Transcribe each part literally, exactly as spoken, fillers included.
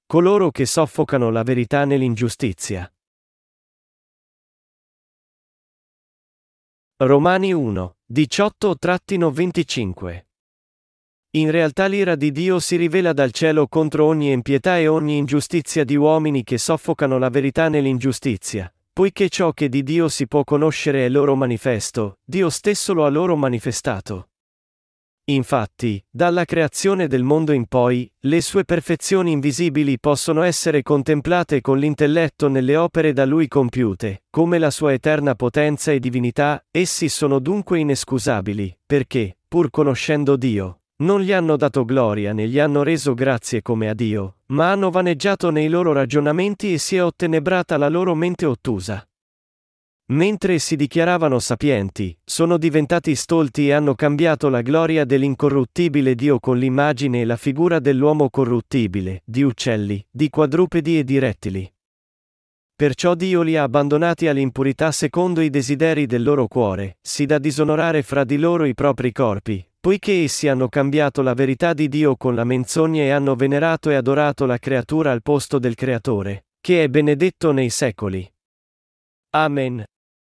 coloro che soffocano la verità nell'ingiustizia. Romani uno, diciotto venticinque. In realtà l'ira di Dio si rivela dal cielo contro ogni impietà e ogni ingiustizia di uomini che soffocano la verità nell'ingiustizia, poiché ciò che di Dio si può conoscere è loro manifesto, Dio stesso lo ha loro manifestato. Infatti, dalla creazione del mondo in poi, le sue perfezioni invisibili possono essere contemplate con l'intelletto nelle opere da Lui compiute, come la sua eterna potenza e divinità, essi sono dunque inescusabili, perché, pur conoscendo Dio, non gli hanno dato gloria né gli hanno reso grazie come a Dio, ma hanno vaneggiato nei loro ragionamenti e si è ottenebrata la loro mente ottusa. Mentre si dichiaravano sapienti, sono diventati stolti e hanno cambiato la gloria dell'incorruttibile Dio con l'immagine e la figura dell'uomo corruttibile, di uccelli, di quadrupedi e di rettili. Perciò Dio li ha abbandonati all'impurità secondo i desideri del loro cuore, sì da disonorare fra di loro i propri corpi, poiché essi hanno cambiato la verità di Dio con la menzogna e hanno venerato e adorato la creatura al posto del Creatore, che è benedetto nei secoli. Amen.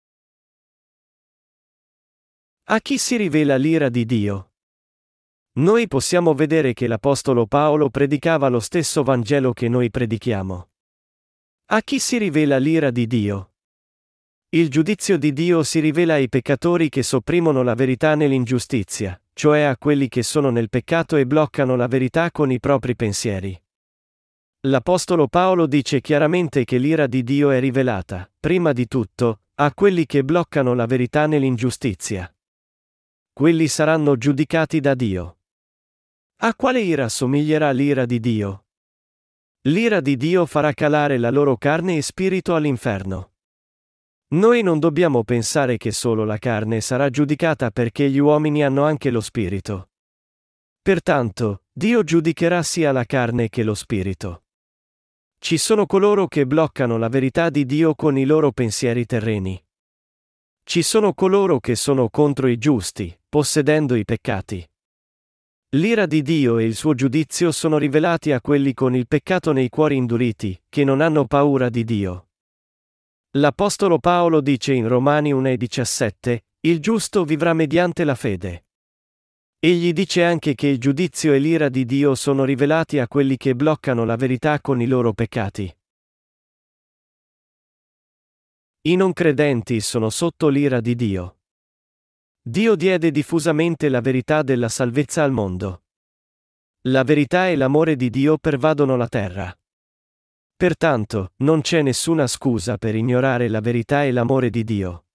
A chi si rivela l'ira di Dio? Noi possiamo vedere che l'Apostolo Paolo predicava lo stesso Vangelo che noi predichiamo. A chi si rivela l'ira di Dio? Il giudizio di Dio si rivela ai peccatori che sopprimono la verità nell'ingiustizia, cioè a quelli che sono nel peccato e bloccano la verità con i propri pensieri. L'Apostolo Paolo dice chiaramente che l'ira di Dio è rivelata, prima di tutto, a quelli che bloccano la verità nell'ingiustizia. Quelli saranno giudicati da Dio. A quale ira somiglierà l'ira di Dio? L'ira di Dio farà calare la loro carne e spirito all'inferno. Noi non dobbiamo pensare che solo la carne sarà giudicata perché gli uomini hanno anche lo spirito. Pertanto, Dio giudicherà sia la carne che lo spirito. Ci sono coloro che bloccano la verità di Dio con i loro pensieri terreni. Ci sono coloro che sono contro i giusti, possedendo i peccati. L'ira di Dio e il suo giudizio sono rivelati a quelli con il peccato nei cuori induriti, che non hanno paura di Dio. L'Apostolo Paolo dice in Romani uno diciassette, il giusto vivrà mediante la fede. Egli dice anche che il giudizio e l'ira di Dio sono rivelati a quelli che bloccano la verità con i loro peccati. I non credenti sono sotto l'ira di Dio. Dio diede diffusamente la verità della salvezza al mondo. La verità e l'amore di Dio pervadono la terra. Pertanto, non c'è nessuna scusa per ignorare la verità e l'amore di Dio.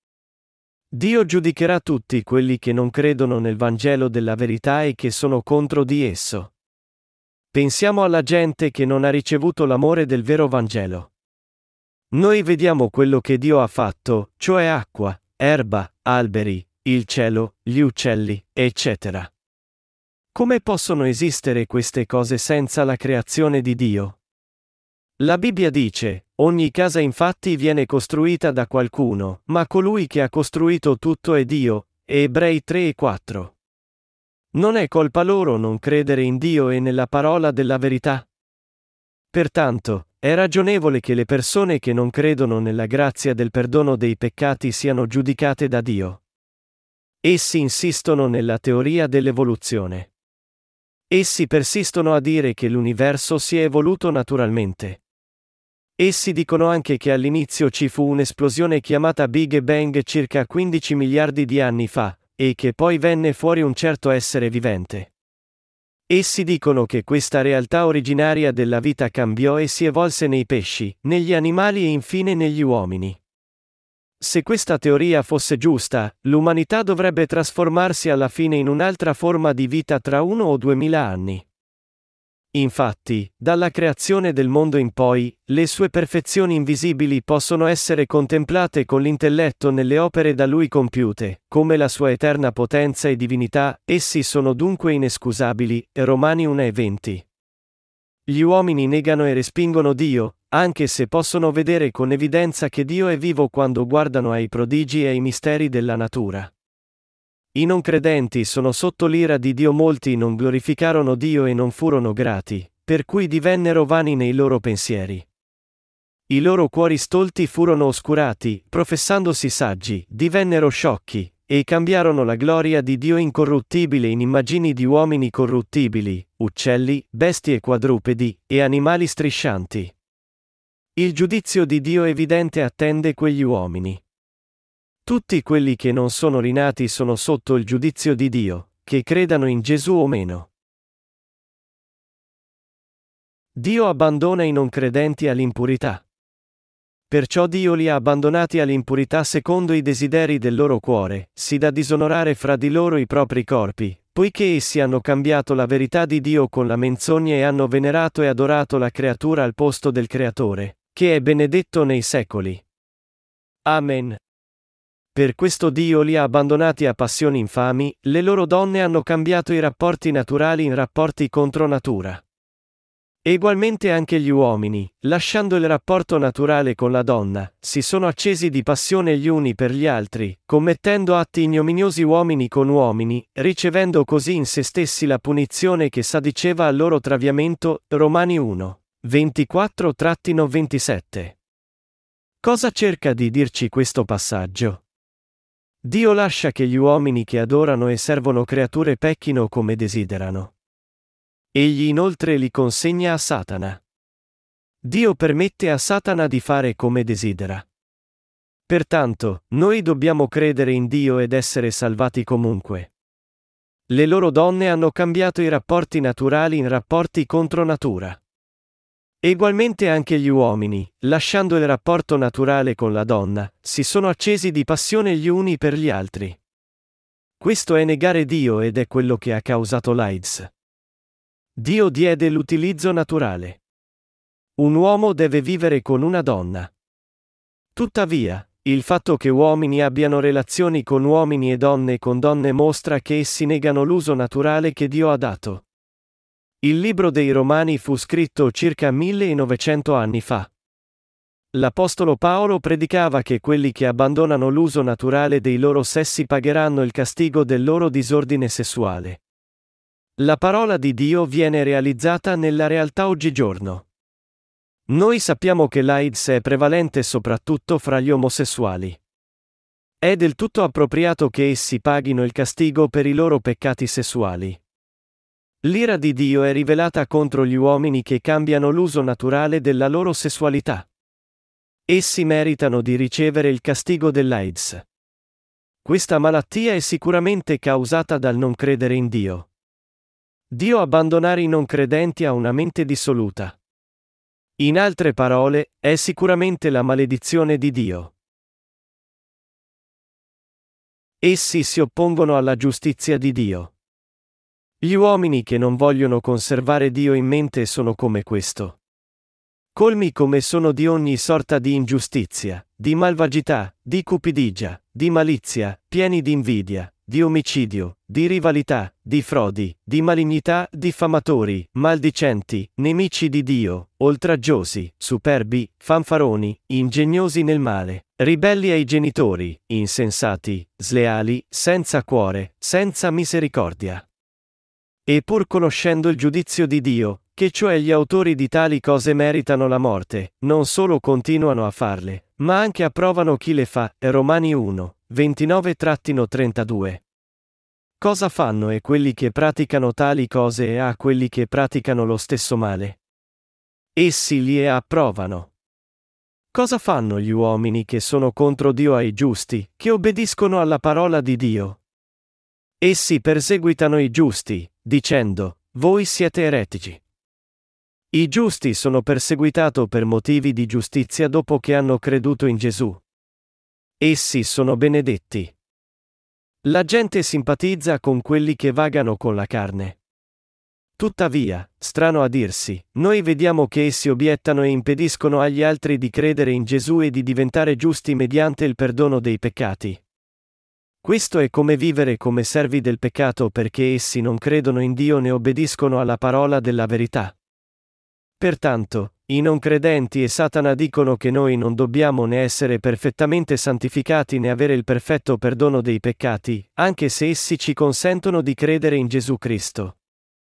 Dio giudicherà tutti quelli che non credono nel Vangelo della verità e che sono contro di esso. Pensiamo alla gente che non ha ricevuto l'amore del vero Vangelo. Noi vediamo quello che Dio ha fatto, cioè acqua, erba, alberi, il cielo, gli uccelli, eccetera. Come possono esistere queste cose senza la creazione di Dio? La Bibbia dice, ogni casa infatti viene costruita da qualcuno, ma colui che ha costruito tutto è Dio, Ebrei tre e quattro. Non è colpa loro non credere in Dio e nella parola della verità? Pertanto, è ragionevole che le persone che non credono nella grazia del perdono dei peccati siano giudicate da Dio. Essi insistono nella teoria dell'evoluzione. Essi persistono a dire che l'universo si è evoluto naturalmente. Essi dicono anche che all'inizio ci fu un'esplosione chiamata Big Bang circa quindici miliardi di anni fa, e che poi venne fuori un certo essere vivente. Essi dicono che questa realtà originaria della vita cambiò e si evolse nei pesci, negli animali e infine negli uomini. Se questa teoria fosse giusta, l'umanità dovrebbe trasformarsi alla fine in un'altra forma di vita tra uno o duemila anni. Infatti, dalla creazione del mondo in poi, le sue perfezioni invisibili possono essere contemplate con l'intelletto nelle opere da Lui compiute, come la sua eterna potenza e divinità, essi sono dunque inescusabili, Romani uno e venti. Gli uomini negano e respingono Dio, anche se possono vedere con evidenza che Dio è vivo quando guardano ai prodigi e ai misteri della natura. I non credenti sono sotto l'ira di Dio. Molti non glorificarono Dio e non furono grati, per cui divennero vani nei loro pensieri. I loro cuori stolti furono oscurati, professandosi saggi, divennero sciocchi, e cambiarono la gloria di Dio incorruttibile in immagini di uomini corruttibili, uccelli, bestie quadrupedi, e animali striscianti. Il giudizio di Dio evidente attende quegli uomini. Tutti quelli che non sono rinati sono sotto il giudizio di Dio, che credano in Gesù o meno. Dio abbandona i non credenti all'impurità. Perciò Dio li ha abbandonati all'impurità secondo i desideri del loro cuore, sì da disonorare fra di loro i propri corpi, poiché essi hanno cambiato la verità di Dio con la menzogna e hanno venerato e adorato la creatura al posto del Creatore, che è benedetto nei secoli. Amen. Per questo Dio li ha abbandonati a passioni infami, le loro donne hanno cambiato i rapporti naturali in rapporti contro natura. Egualmente anche gli uomini, lasciando il rapporto naturale con la donna, si sono accesi di passione gli uni per gli altri, commettendo atti ignominiosi uomini con uomini, ricevendo così in se stessi la punizione che s'addiceva al loro traviamento. Romani uno, ventiquattro ventisette. Cosa cerca di dirci questo passaggio? Dio lascia che gli uomini che adorano e servono creature pecchino come desiderano. Egli inoltre li consegna a Satana. Dio permette a Satana di fare come desidera. Pertanto, noi dobbiamo credere in Dio ed essere salvati comunque. Le loro donne hanno cambiato i rapporti naturali in rapporti contro natura. Egualmente anche gli uomini, lasciando il rapporto naturale con la donna, si sono accesi di passione gli uni per gli altri. Questo è negare Dio ed è quello che ha causato l'AIDS. Dio diede l'utilizzo naturale. Un uomo deve vivere con una donna. Tuttavia, il fatto che uomini abbiano relazioni con uomini e donne con donne mostra che essi negano l'uso naturale che Dio ha dato. Il libro dei Romani fu scritto circa millenovecento anni fa. L'Apostolo Paolo predicava che quelli che abbandonano l'uso naturale dei loro sessi pagheranno il castigo del loro disordine sessuale. La parola di Dio viene realizzata nella realtà oggigiorno. Noi sappiamo che l'AIDS è prevalente soprattutto fra gli omosessuali. È del tutto appropriato che essi paghino il castigo per i loro peccati sessuali. L'ira di Dio è rivelata contro gli uomini che cambiano l'uso naturale della loro sessualità. Essi meritano di ricevere il castigo dell'AIDS. Questa malattia è sicuramente causata dal non credere in Dio. Dio abbandonare i non credenti a una mente dissoluta. In altre parole, è sicuramente la maledizione di Dio. Essi si oppongono alla giustizia di Dio. Gli uomini che non vogliono conservare Dio in mente sono come questo. Colmi come sono di ogni sorta di ingiustizia, di malvagità, di cupidigia, di malizia, pieni di invidia, di omicidio, di rivalità, di frodi, di malignità, diffamatori, maldicenti, nemici di Dio, oltraggiosi, superbi, fanfaroni, ingegnosi nel male, ribelli ai genitori, insensati, sleali, senza cuore, senza misericordia. E pur conoscendo il giudizio di Dio, che cioè gli autori di tali cose meritano la morte, non solo continuano a farle, ma anche approvano chi le fa. Romani uno, ventinove trentadue. Cosa fanno e quelli che praticano tali cose e a quelli che praticano lo stesso male? Essi li approvano. Cosa fanno gli uomini che sono contro Dio ai giusti, che obbediscono alla parola di Dio? Essi perseguitano i giusti, dicendo: voi siete eretici. I giusti sono perseguitati per motivi di giustizia dopo che hanno creduto in Gesù. Essi sono benedetti. La gente simpatizza con quelli che vagano con la carne. Tuttavia, strano a dirsi, noi vediamo che essi obiettano e impediscono agli altri di credere in Gesù e di diventare giusti mediante il perdono dei peccati. Questo è come vivere come servi del peccato perché essi non credono in Dio né obbediscono alla parola della verità. Pertanto, i non credenti e Satana dicono che noi non dobbiamo né essere perfettamente santificati né avere il perfetto perdono dei peccati, anche se essi ci consentono di credere in Gesù Cristo.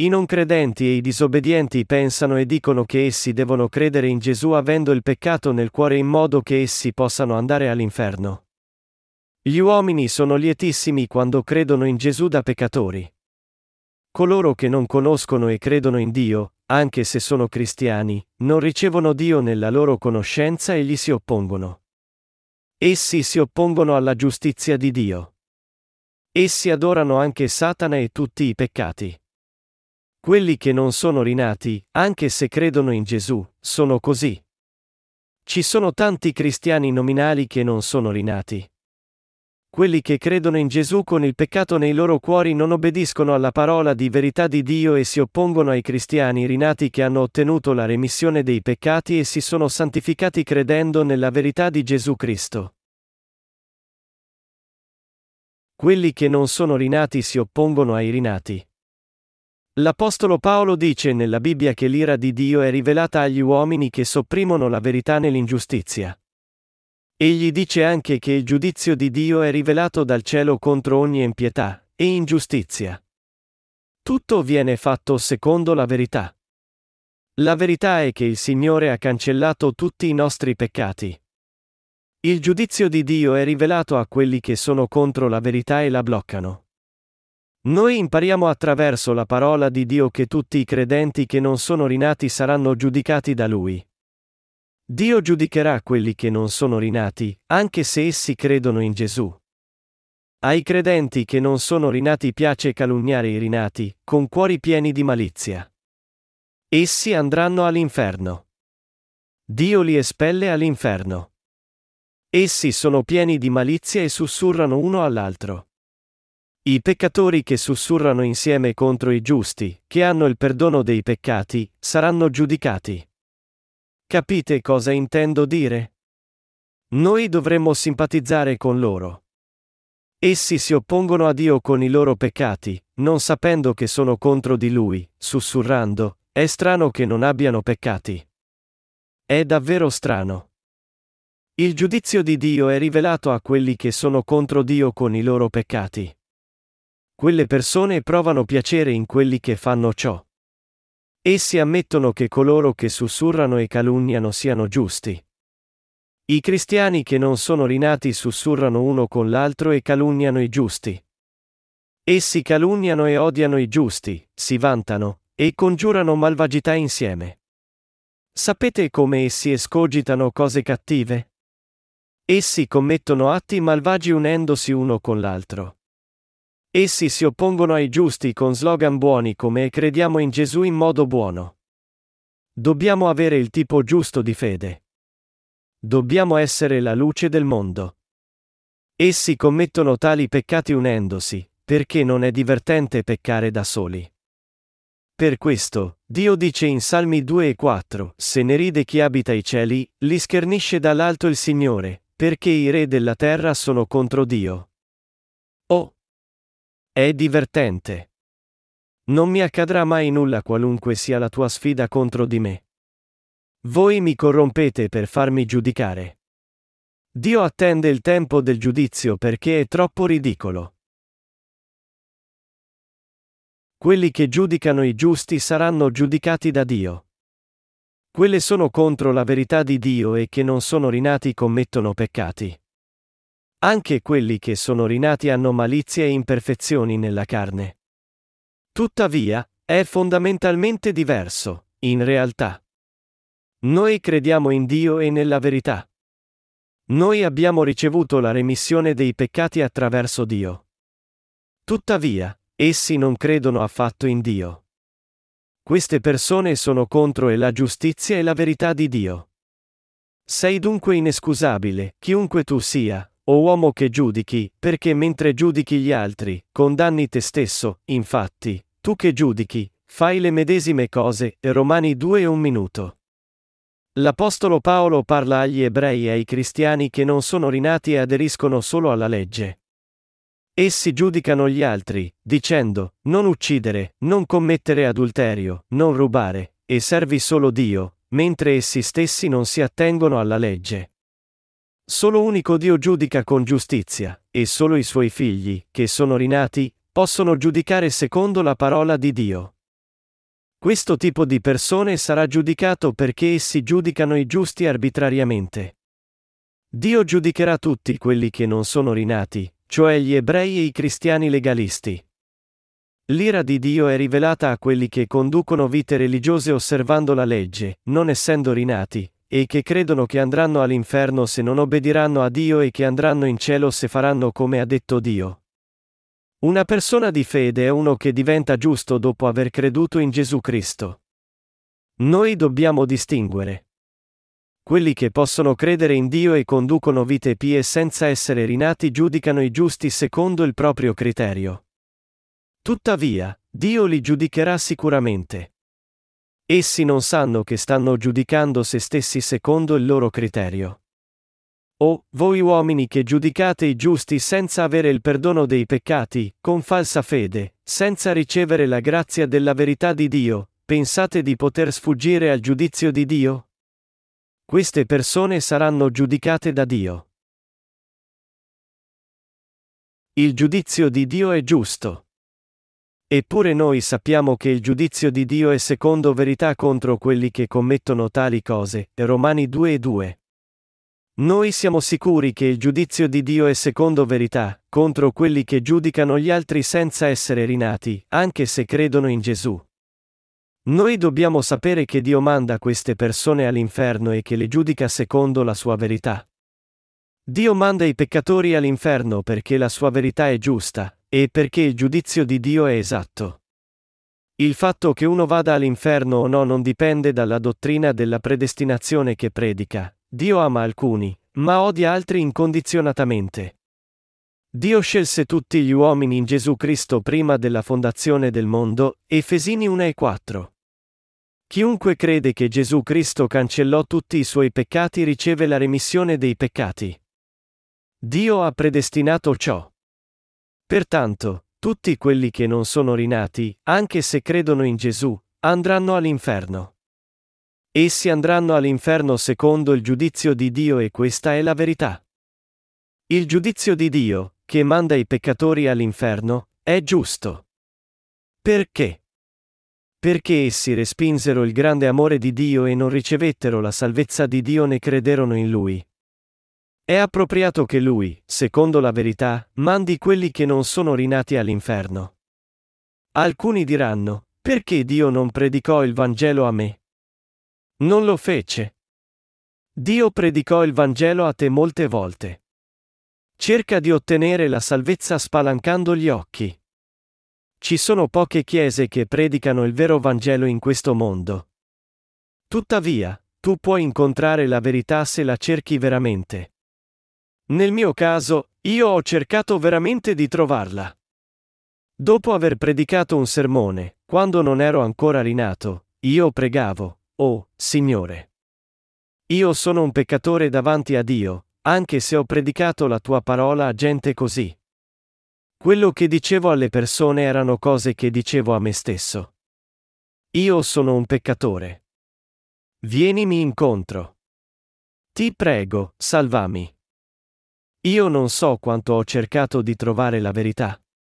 I non credenti e i disobbedienti pensano e dicono che essi devono credere in Gesù avendo il peccato nel cuore in modo che essi possano andare all'inferno. Gli uomini sono lietissimi quando credono in Gesù da peccatori. Coloro che non conoscono e credono in Dio, anche se sono cristiani, non ricevono Dio nella loro conoscenza e gli si oppongono. Essi si oppongono alla giustizia di Dio. Essi adorano anche Satana e tutti i peccati. Quelli che non sono rinati, anche se credono in Gesù, sono così. Ci sono tanti cristiani nominali che non sono rinati. Quelli che credono in Gesù con il peccato nei loro cuori non obbediscono alla parola di verità di Dio e si oppongono ai cristiani rinati che hanno ottenuto la remissione dei peccati e si sono santificati credendo nella verità di Gesù Cristo. Quelli che non sono rinati si oppongono ai rinati. L'Apostolo Paolo dice nella Bibbia che l'ira di Dio è rivelata agli uomini che sopprimono la verità nell'ingiustizia. Egli dice anche che il giudizio di Dio è rivelato dal cielo contro ogni impietà e ingiustizia. Tutto viene fatto secondo la verità. La verità è che il Signore ha cancellato tutti i nostri peccati. Il giudizio di Dio è rivelato a quelli che sono contro la verità e la bloccano. Noi impariamo attraverso la parola di Dio che tutti i credenti che non sono rinati saranno giudicati da Lui. Dio giudicherà quelli che non sono rinati, anche se essi credono in Gesù. Ai credenti che non sono rinati piace calunniare i rinati, con cuori pieni di malizia. Essi andranno all'inferno. Dio li espelle all'inferno. Essi sono pieni di malizia e sussurrano uno all'altro. I peccatori che sussurrano insieme contro i giusti, che hanno il perdono dei peccati, saranno giudicati. Capite cosa intendo dire? Noi dovremmo simpatizzare con loro. Essi si oppongono a Dio con i loro peccati, non sapendo che sono contro di Lui, sussurrando, è strano che non abbiano peccati. È davvero strano. Il giudizio di Dio è rivelato a quelli che sono contro Dio con i loro peccati. Quelle persone provano piacere in quelli che fanno ciò. Essi ammettono che coloro che sussurrano e calunniano siano giusti. I cristiani che non sono rinati sussurrano uno con l'altro e calunniano i giusti. Essi calunniano e odiano i giusti, si vantano, e congiurano malvagità insieme. Sapete come essi escogitano cose cattive? Essi commettono atti malvagi unendosi uno con l'altro. Essi si oppongono ai giusti con slogan buoni come crediamo in Gesù in modo buono. Dobbiamo avere il tipo giusto di fede. Dobbiamo essere la luce del mondo. Essi commettono tali peccati unendosi, perché non è divertente peccare da soli. Per questo, Dio dice in Salmi due e quattro, se ne ride chi abita i cieli, li schernisce dall'alto il Signore, perché i re della terra sono contro Dio. Oh! È divertente. Non mi accadrà mai nulla qualunque sia la tua sfida contro di me. Voi mi corrompete per farmi giudicare. Dio attende il tempo del giudizio perché è troppo ridicolo. Quelli che giudicano i giusti saranno giudicati da Dio. Quelle sono contro la verità di Dio e che non sono rinati commettono peccati. Anche quelli che sono rinati hanno malizia e imperfezioni nella carne. Tuttavia, è fondamentalmente diverso, in realtà. Noi crediamo in Dio e nella verità. Noi abbiamo ricevuto la remissione dei peccati attraverso Dio. Tuttavia, essi non credono affatto in Dio. Queste persone sono contro e la giustizia e la verità di Dio. Sei dunque inescusabile, chiunque tu sia, o uomo che giudichi, perché mentre giudichi gli altri, condanni te stesso, infatti, tu che giudichi, fai le medesime cose. Romani due e un minuto. L'Apostolo Paolo parla agli ebrei e ai cristiani che non sono rinati e aderiscono solo alla legge. Essi giudicano gli altri, dicendo, non uccidere, non commettere adulterio, non rubare, e servi solo Dio, mentre essi stessi non si attengono alla legge. Solo unico Dio giudica con giustizia, e solo i suoi figli, che sono rinati, possono giudicare secondo la parola di Dio. Questo tipo di persone sarà giudicato perché essi giudicano i giusti arbitrariamente. Dio giudicherà tutti quelli che non sono rinati, cioè gli ebrei e i cristiani legalisti. L'ira di Dio è rivelata a quelli che conducono vite religiose osservando la legge, non essendo rinati, e che credono che andranno all'inferno se non obbediranno a Dio e che andranno in cielo se faranno come ha detto Dio. Una persona di fede è uno che diventa giusto dopo aver creduto in Gesù Cristo. Noi dobbiamo distinguere. Quelli che possono credere in Dio e conducono vite pie senza essere rinati giudicano i giusti secondo il proprio criterio. Tuttavia, Dio li giudicherà sicuramente. Essi non sanno che stanno giudicando se stessi secondo il loro criterio. O, voi uomini che giudicate i giusti senza avere il perdono dei peccati, con falsa fede, senza ricevere la grazia della verità di Dio, pensate di poter sfuggire al giudizio di Dio? Queste persone saranno giudicate da Dio. Il giudizio di Dio è giusto. Eppure noi sappiamo che il giudizio di Dio è secondo verità contro quelli che commettono tali cose, Romani due e due. Noi siamo sicuri che il giudizio di Dio è secondo verità, contro quelli che giudicano gli altri senza essere rinati, anche se credono in Gesù. Noi dobbiamo sapere che Dio manda queste persone all'inferno e che le giudica secondo la sua verità. Dio manda i peccatori all'inferno perché la sua verità è giusta, e perché il giudizio di Dio è esatto. Il fatto che uno vada all'inferno o no non dipende dalla dottrina della predestinazione che predica. Dio ama alcuni, ma odia altri incondizionatamente. Dio scelse tutti gli uomini in Gesù Cristo prima della fondazione del mondo, Efesini uno e quattro. Chiunque crede che Gesù Cristo cancellò tutti i suoi peccati riceve la remissione dei peccati. Dio ha predestinato ciò. Pertanto, tutti quelli che non sono rinati, anche se credono in Gesù, andranno all'inferno. Essi andranno all'inferno secondo il giudizio di Dio e questa è la verità. Il giudizio di Dio, che manda i peccatori all'inferno, è giusto. Perché? Perché essi respinsero il grande amore di Dio e non ricevettero la salvezza di Dio né crederono in Lui. È appropriato che Lui, secondo la verità, mandi quelli che non sono rinati all'inferno. Alcuni diranno, perché Dio non predicò il Vangelo a me? Non lo fece. Dio predicò il Vangelo a te molte volte. Cerca di ottenere la salvezza spalancando gli occhi. Ci sono poche chiese che predicano il vero Vangelo in questo mondo. Tuttavia, tu puoi incontrare la verità se la cerchi veramente. Nel mio caso, io ho cercato veramente di trovarla. Dopo aver predicato un sermone, quando non ero ancora rinato, io pregavo, oh, Signore. Io sono un peccatore davanti a Dio, anche se ho predicato la tua parola a gente così. Quello che dicevo alle persone erano cose che dicevo a me stesso. Io sono un peccatore. Vienimi incontro. Ti prego, salvami. Io non so quanto ho cercato di trovare la verità.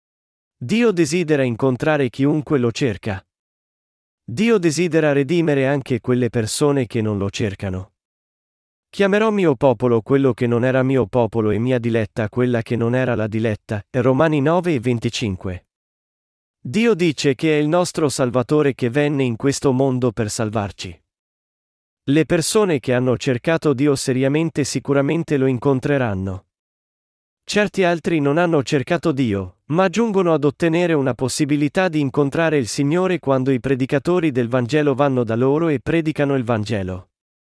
Dio desidera incontrare chiunque lo cerca. Dio desidera redimere anche quelle persone che non lo cercano. Chiamerò mio popolo quello che non era mio popolo e mia diletta quella che non era la diletta, Romani nove e venticinque. Dio dice che è il nostro Salvatore che venne in questo mondo per salvarci. Le persone che hanno cercato Dio seriamente sicuramente lo incontreranno. Certi altri non hanno cercato Dio, ma giungono ad ottenere una possibilità di incontrare il Signore quando i predicatori del Vangelo vanno da loro e predicano il Vangelo.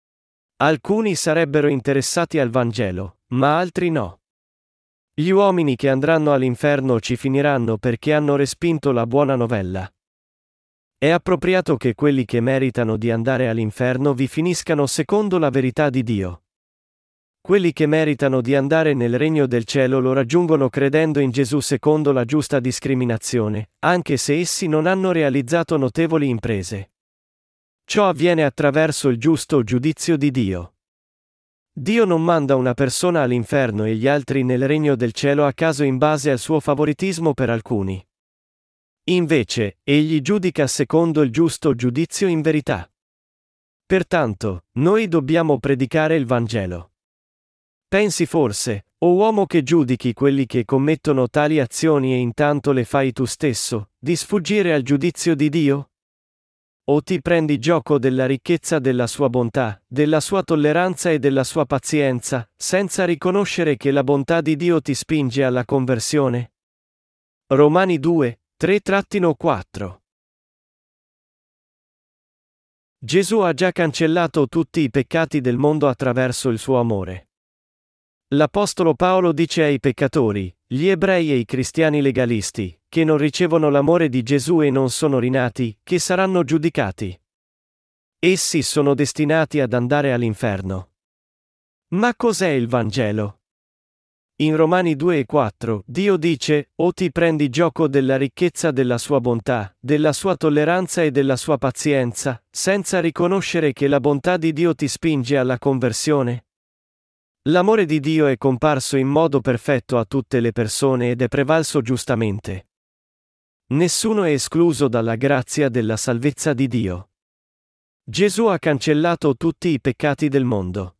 Alcuni sarebbero interessati al Vangelo, ma altri no. Gli uomini che andranno all'inferno ci finiranno perché hanno respinto la buona novella. È appropriato che quelli che meritano di andare all'inferno vi finiscano secondo la verità di Dio. Quelli che meritano di andare nel regno del cielo lo raggiungono credendo in Gesù secondo la giusta discriminazione, anche se essi non hanno realizzato notevoli imprese. Ciò avviene attraverso il giusto giudizio di Dio. Dio non manda una persona all'inferno e gli altri nel regno del cielo a caso in base al suo favoritismo per alcuni. Invece, egli giudica secondo il giusto giudizio in verità. Pertanto, noi dobbiamo predicare il Vangelo. Pensi forse, o uomo che giudichi quelli che commettono tali azioni e intanto le fai tu stesso, di sfuggire al giudizio di Dio? O ti prendi gioco della ricchezza della sua bontà, della sua tolleranza e della sua pazienza, senza riconoscere che la bontà di Dio ti spinge alla conversione? Romani due, tre quattro. Gesù ha già cancellato tutti i peccati del mondo attraverso il suo amore. L'Apostolo Paolo dice ai peccatori, gli ebrei e i cristiani legalisti, che non ricevono l'amore di Gesù e non sono rinati, che saranno giudicati. Essi sono destinati ad andare all'inferno. Ma cos'è il Vangelo? In Romani due quattro, Dio dice, o ti prendi gioco della ricchezza della sua bontà, della sua tolleranza e della sua pazienza, senza riconoscere che la bontà di Dio ti spinge alla conversione? L'amore di Dio è comparso in modo perfetto a tutte le persone ed è prevalso giustamente. Nessuno è escluso dalla grazia della salvezza di Dio. Gesù ha cancellato tutti i peccati del mondo.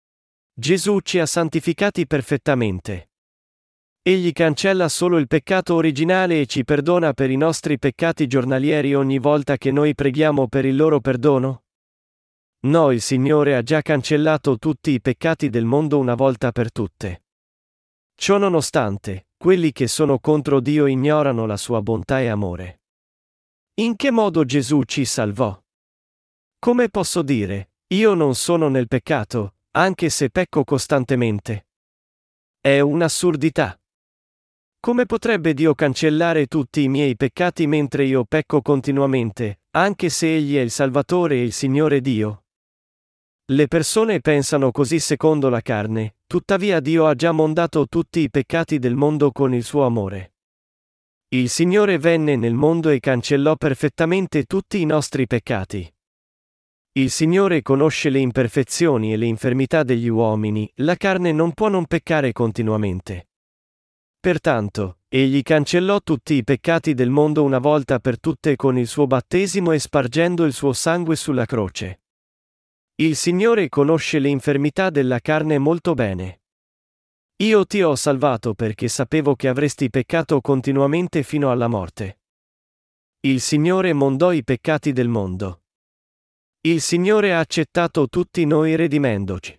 Gesù ci ha santificati perfettamente. Egli cancella solo il peccato originale e ci perdona per i nostri peccati giornalieri ogni volta che noi preghiamo per il loro perdono? No, il Signore ha già cancellato tutti i peccati del mondo una volta per tutte. Ciò nonostante, quelli che sono contro Dio ignorano la sua bontà e amore. In che modo Gesù ci salvò? Come posso dire, io non sono nel peccato, anche se pecco costantemente? È un'assurdità. Come potrebbe Dio cancellare tutti i miei peccati mentre io pecco continuamente, anche se Egli è il Salvatore e il Signore Dio? Le persone pensano così secondo la carne, tuttavia Dio ha già mondato tutti i peccati del mondo con il suo amore. Il Signore venne nel mondo e cancellò perfettamente tutti i nostri peccati. Il Signore conosce le imperfezioni e le infermità degli uomini, la carne non può non peccare continuamente. Pertanto, Egli cancellò tutti i peccati del mondo una volta per tutte con il suo battesimo e spargendo il suo sangue sulla croce. Il Signore conosce le infermità della carne molto bene. Io ti ho salvato perché sapevo che avresti peccato continuamente fino alla morte. Il Signore mondò i peccati del mondo. Il Signore ha accettato tutti noi redimendoci.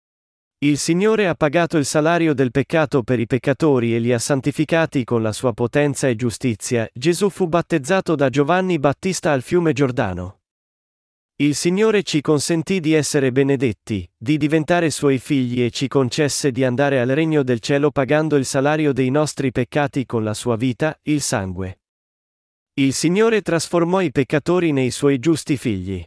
Il Signore ha pagato il salario del peccato per i peccatori e li ha santificati con la sua potenza e giustizia. Gesù fu battezzato da Giovanni Battista al fiume Giordano. Il Signore ci consentì di essere benedetti, di diventare Suoi figli e ci concesse di andare al regno del cielo pagando il salario dei nostri peccati con la sua vita, il sangue. Il Signore trasformò i peccatori nei Suoi giusti figli.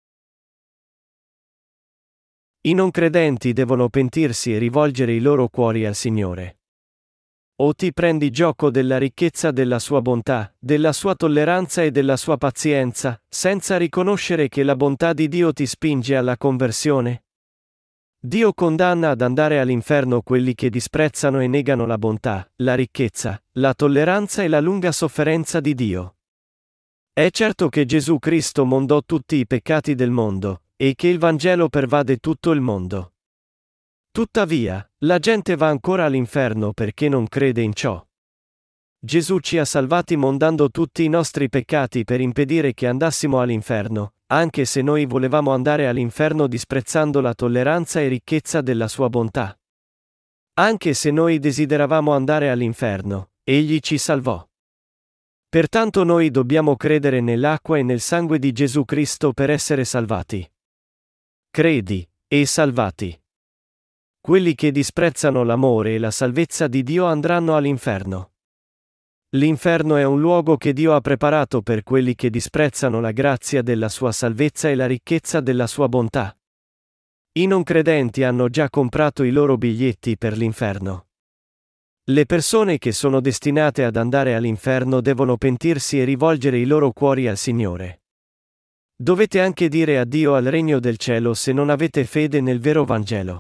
I non credenti devono pentirsi e rivolgere i loro cuori al Signore. O ti prendi gioco della ricchezza della sua bontà, della sua tolleranza e della sua pazienza, senza riconoscere che la bontà di Dio ti spinge alla conversione? Dio condanna ad andare all'inferno quelli che disprezzano e negano la bontà, la ricchezza, la tolleranza e la lunga sofferenza di Dio. È certo che Gesù Cristo mondò tutti i peccati del mondo, e che il Vangelo pervade tutto il mondo. Tuttavia, la gente va ancora all'inferno perché non crede in ciò. Gesù ci ha salvati mondando tutti i nostri peccati per impedire che andassimo all'inferno, anche se noi volevamo andare all'inferno disprezzando la tolleranza e ricchezza della sua bontà. Anche se noi desideravamo andare all'inferno, Egli ci salvò. Pertanto noi dobbiamo credere nell'acqua e nel sangue di Gesù Cristo per essere salvati. Credi, e salvati. Quelli che disprezzano l'amore e la salvezza di Dio andranno all'inferno. L'inferno è un luogo che Dio ha preparato per quelli che disprezzano la grazia della sua salvezza e la ricchezza della sua bontà. I non credenti hanno già comprato i loro biglietti per l'inferno. Le persone che sono destinate ad andare all'inferno devono pentirsi e rivolgere i loro cuori al Signore. Dovete anche dire addio al regno del cielo se non avete fede nel vero Vangelo.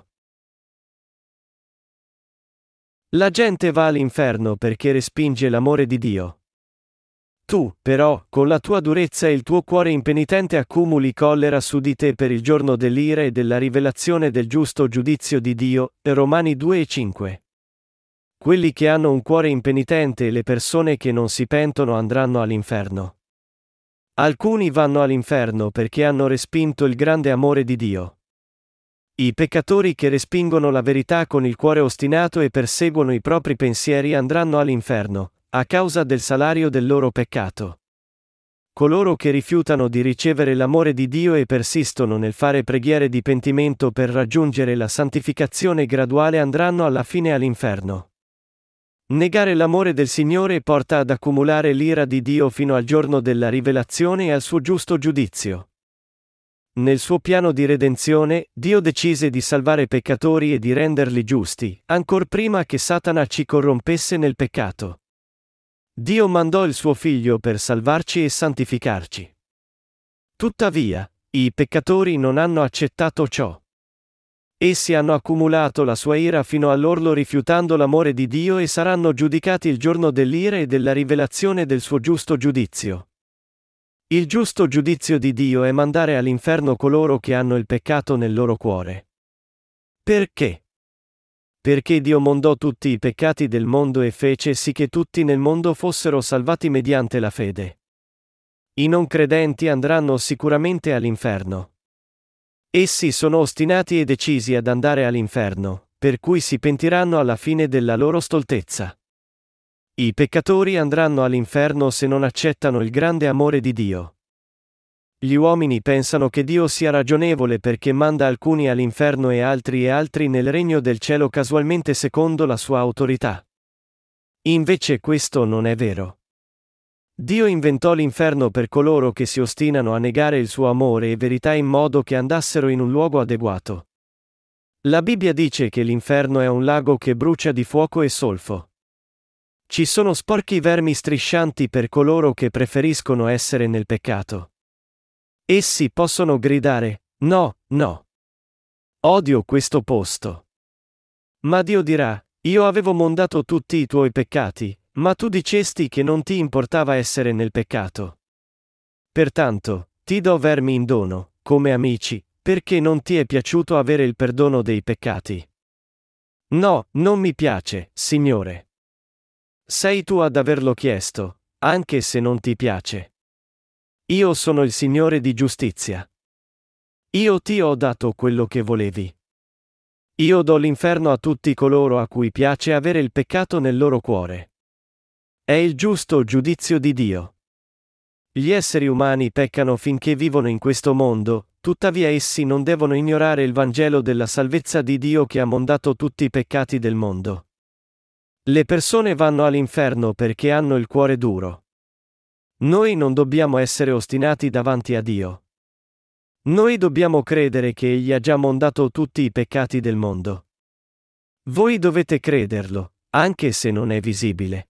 La gente va all'inferno perché respinge l'amore di Dio. Tu, però, con la tua durezza e il tuo cuore impenitente accumuli collera su di te per il giorno dell'ira e della rivelazione del giusto giudizio di Dio. Romani due e cinque. Quelli che hanno un cuore impenitente e le persone che non si pentono andranno all'inferno. Alcuni vanno all'inferno perché hanno respinto il grande amore di Dio. I peccatori che respingono la verità con il cuore ostinato e perseguono i propri pensieri andranno all'inferno, a causa del salario del loro peccato. Coloro che rifiutano di ricevere l'amore di Dio e persistono nel fare preghiere di pentimento per raggiungere la santificazione graduale andranno alla fine all'inferno. Negare l'amore del Signore porta ad accumulare l'ira di Dio fino al giorno della rivelazione e al suo giusto giudizio. Nel suo piano di redenzione, Dio decise di salvare peccatori e di renderli giusti, ancor prima che Satana ci corrompesse nel peccato. Dio mandò il suo Figlio per salvarci e santificarci. Tuttavia, i peccatori non hanno accettato ciò. Essi hanno accumulato la sua ira fino all'orlo rifiutando l'amore di Dio e saranno giudicati il giorno dell'ira e della rivelazione del suo giusto giudizio. Il giusto giudizio di Dio è mandare all'inferno coloro che hanno il peccato nel loro cuore. Perché? Perché Dio mondò tutti i peccati del mondo e fece sì che tutti nel mondo fossero salvati mediante la fede. I non credenti andranno sicuramente all'inferno. Essi sono ostinati e decisi ad andare all'inferno, per cui si pentiranno alla fine della loro stoltezza. I peccatori andranno all'inferno se non accettano il grande amore di Dio. Gli uomini pensano che Dio sia ragionevole perché manda alcuni all'inferno e altri e altri nel regno del cielo casualmente secondo la sua autorità. Invece questo non è vero. Dio inventò l'inferno per coloro che si ostinano a negare il suo amore e verità in modo che andassero in un luogo adeguato. La Bibbia dice che l'inferno è un lago che brucia di fuoco e solfo. Ci sono sporchi vermi striscianti per coloro che preferiscono essere nel peccato. Essi possono gridare, no, no. Odio questo posto. Ma Dio dirà, io avevo mondato tutti i tuoi peccati, ma tu dicesti che non ti importava essere nel peccato. Pertanto, ti do vermi in dono, come amici, perché non ti è piaciuto avere il perdono dei peccati. No, non mi piace, Signore. Sei tu ad averlo chiesto, anche se non ti piace. Io sono il Signore di giustizia. Io ti ho dato quello che volevi. Io do l'inferno a tutti coloro a cui piace avere il peccato nel loro cuore. È il giusto giudizio di Dio. Gli esseri umani peccano finché vivono in questo mondo, tuttavia essi non devono ignorare il Vangelo della salvezza di Dio che ha mondato tutti i peccati del mondo. Le persone vanno all'inferno perché hanno il cuore duro. Noi non dobbiamo essere ostinati davanti a Dio. Noi dobbiamo credere che Egli ha già mondato tutti i peccati del mondo. Voi dovete crederlo, anche se non è visibile.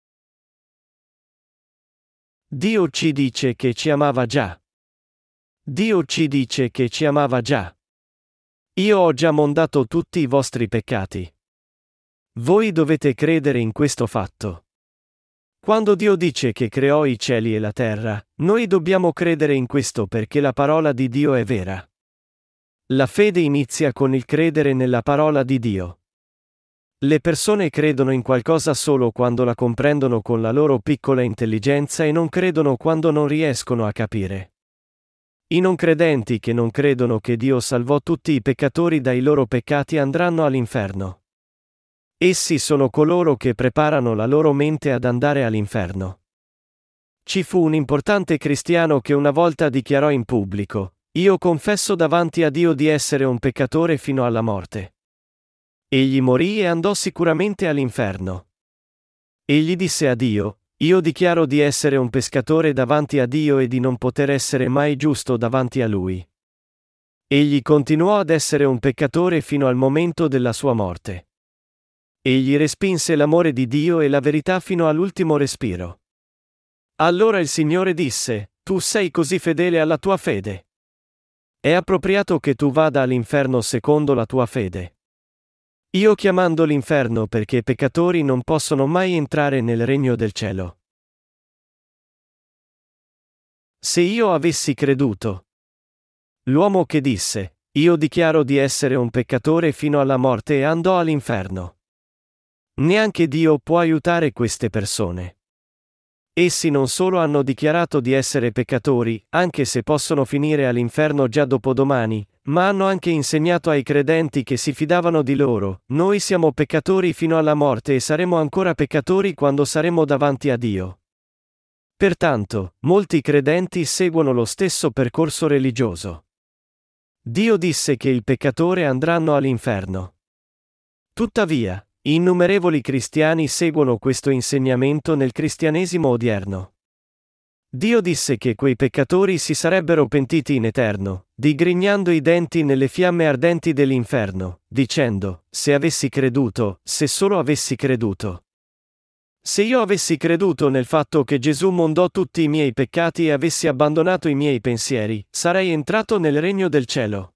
Dio ci dice che ci amava già. Dio ci dice che ci amava già. Io ho già mondato tutti i vostri peccati. Voi dovete credere in questo fatto. Quando Dio dice che creò i cieli e la terra, noi dobbiamo credere in questo perché la parola di Dio è vera. La fede inizia con il credere nella parola di Dio. Le persone credono in qualcosa solo quando la comprendono con la loro piccola intelligenza e non credono quando non riescono a capire. I non credenti che non credono che Dio salvò tutti i peccatori dai loro peccati andranno all'inferno. Essi sono coloro che preparano la loro mente ad andare all'inferno. Ci fu un importante cristiano che una volta dichiarò in pubblico: io confesso davanti a Dio di essere un peccatore fino alla morte. Egli morì e andò sicuramente all'inferno. Egli disse a Dio: io dichiaro di essere un peccatore davanti a Dio e di non poter essere mai giusto davanti a Lui. Egli continuò ad essere un peccatore fino al momento della sua morte. Egli respinse l'amore di Dio e la verità fino all'ultimo respiro. Allora il Signore disse: tu sei così fedele alla tua fede. È appropriato che tu vada all'inferno secondo la tua fede. Io chiamando l'inferno perché peccatori non possono mai entrare nel regno del cielo. Se io avessi creduto. L'uomo che disse, io dichiaro di essere un peccatore fino alla morte e andò all'inferno. Neanche Dio può aiutare queste persone. Essi non solo hanno dichiarato di essere peccatori, anche se possono finire all'inferno già dopodomani, ma hanno anche insegnato ai credenti che si fidavano di loro, noi siamo peccatori fino alla morte e saremo ancora peccatori quando saremo davanti a Dio. Pertanto, molti credenti seguono lo stesso percorso religioso. Dio disse che il peccatore andranno all'inferno. Tuttavia, innumerevoli cristiani seguono questo insegnamento nel cristianesimo odierno. Dio disse che quei peccatori si sarebbero pentiti in eterno, digrignando i denti nelle fiamme ardenti dell'inferno, dicendo, se avessi creduto, se solo avessi creduto. Se io avessi creduto nel fatto che Gesù mondò tutti i miei peccati e avessi abbandonato i miei pensieri, sarei entrato nel regno del cielo.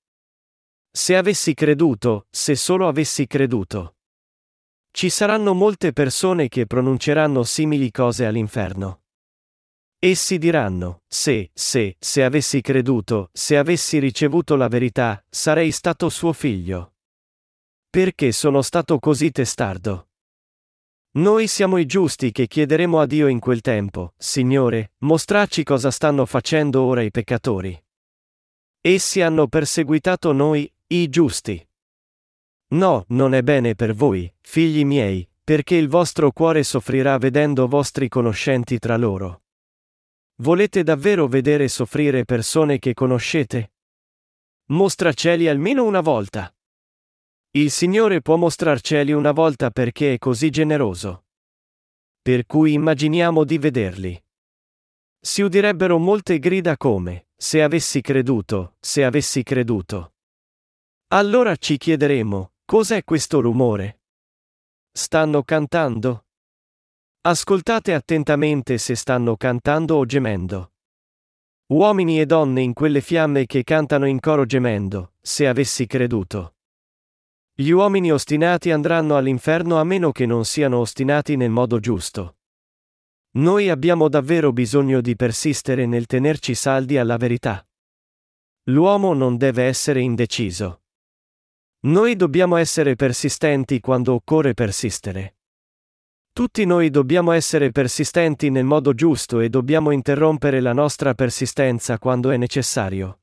Se avessi creduto, se solo avessi creduto. Ci saranno molte persone che pronunceranno simili cose all'inferno. Essi diranno, se, se, se avessi creduto, se avessi ricevuto la verità, sarei stato suo figlio. Perché sono stato così testardo? Noi siamo i giusti che chiederemo a Dio in quel tempo, Signore, mostrarci cosa stanno facendo ora i peccatori. Essi hanno perseguitato noi, i giusti. No, non è bene per voi, figli miei, perché il vostro cuore soffrirà vedendo vostri conoscenti tra loro. Volete davvero vedere soffrire persone che conoscete? Mostraceli almeno una volta. Il Signore può mostrarceli una volta perché è così generoso. Per cui immaginiamo di vederli. Si udirebbero molte grida come, se avessi creduto, se avessi creduto. Allora ci chiederemo, cos'è questo rumore? Stanno cantando? Ascoltate attentamente se stanno cantando o gemendo. Uomini e donne in quelle fiamme che cantano in coro gemendo, se avessi creduto. Gli uomini ostinati andranno all'inferno a meno che non siano ostinati nel modo giusto. Noi abbiamo davvero bisogno di persistere nel tenerci saldi alla verità. L'uomo non deve essere indeciso. Noi dobbiamo essere persistenti quando occorre persistere. Tutti noi dobbiamo essere persistenti nel modo giusto e dobbiamo interrompere la nostra persistenza quando è necessario.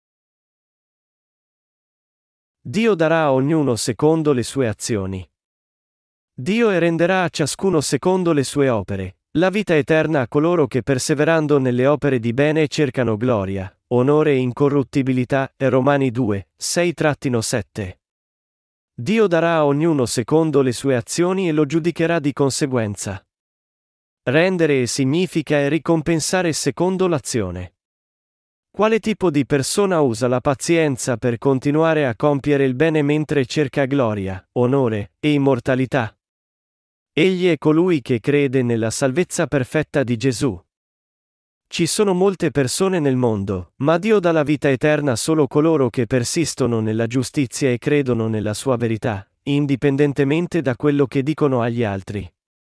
Dio darà a ognuno secondo le sue azioni. Dio renderà a ciascuno secondo le sue opere, la vita eterna a coloro che perseverando nelle opere di bene cercano gloria, onore e incorruttibilità. Romani due, sei sette. Dio darà a ognuno secondo le sue azioni e lo giudicherà di conseguenza. Rendere significa ricompensare secondo l'azione. Quale tipo di persona usa la pazienza per continuare a compiere il bene mentre cerca gloria, onore e immortalità? Egli è colui che crede nella salvezza perfetta di Gesù. Ci sono molte persone nel mondo, ma Dio dà la vita eterna solo coloro che persistono nella giustizia e credono nella sua verità, indipendentemente da quello che dicono agli altri.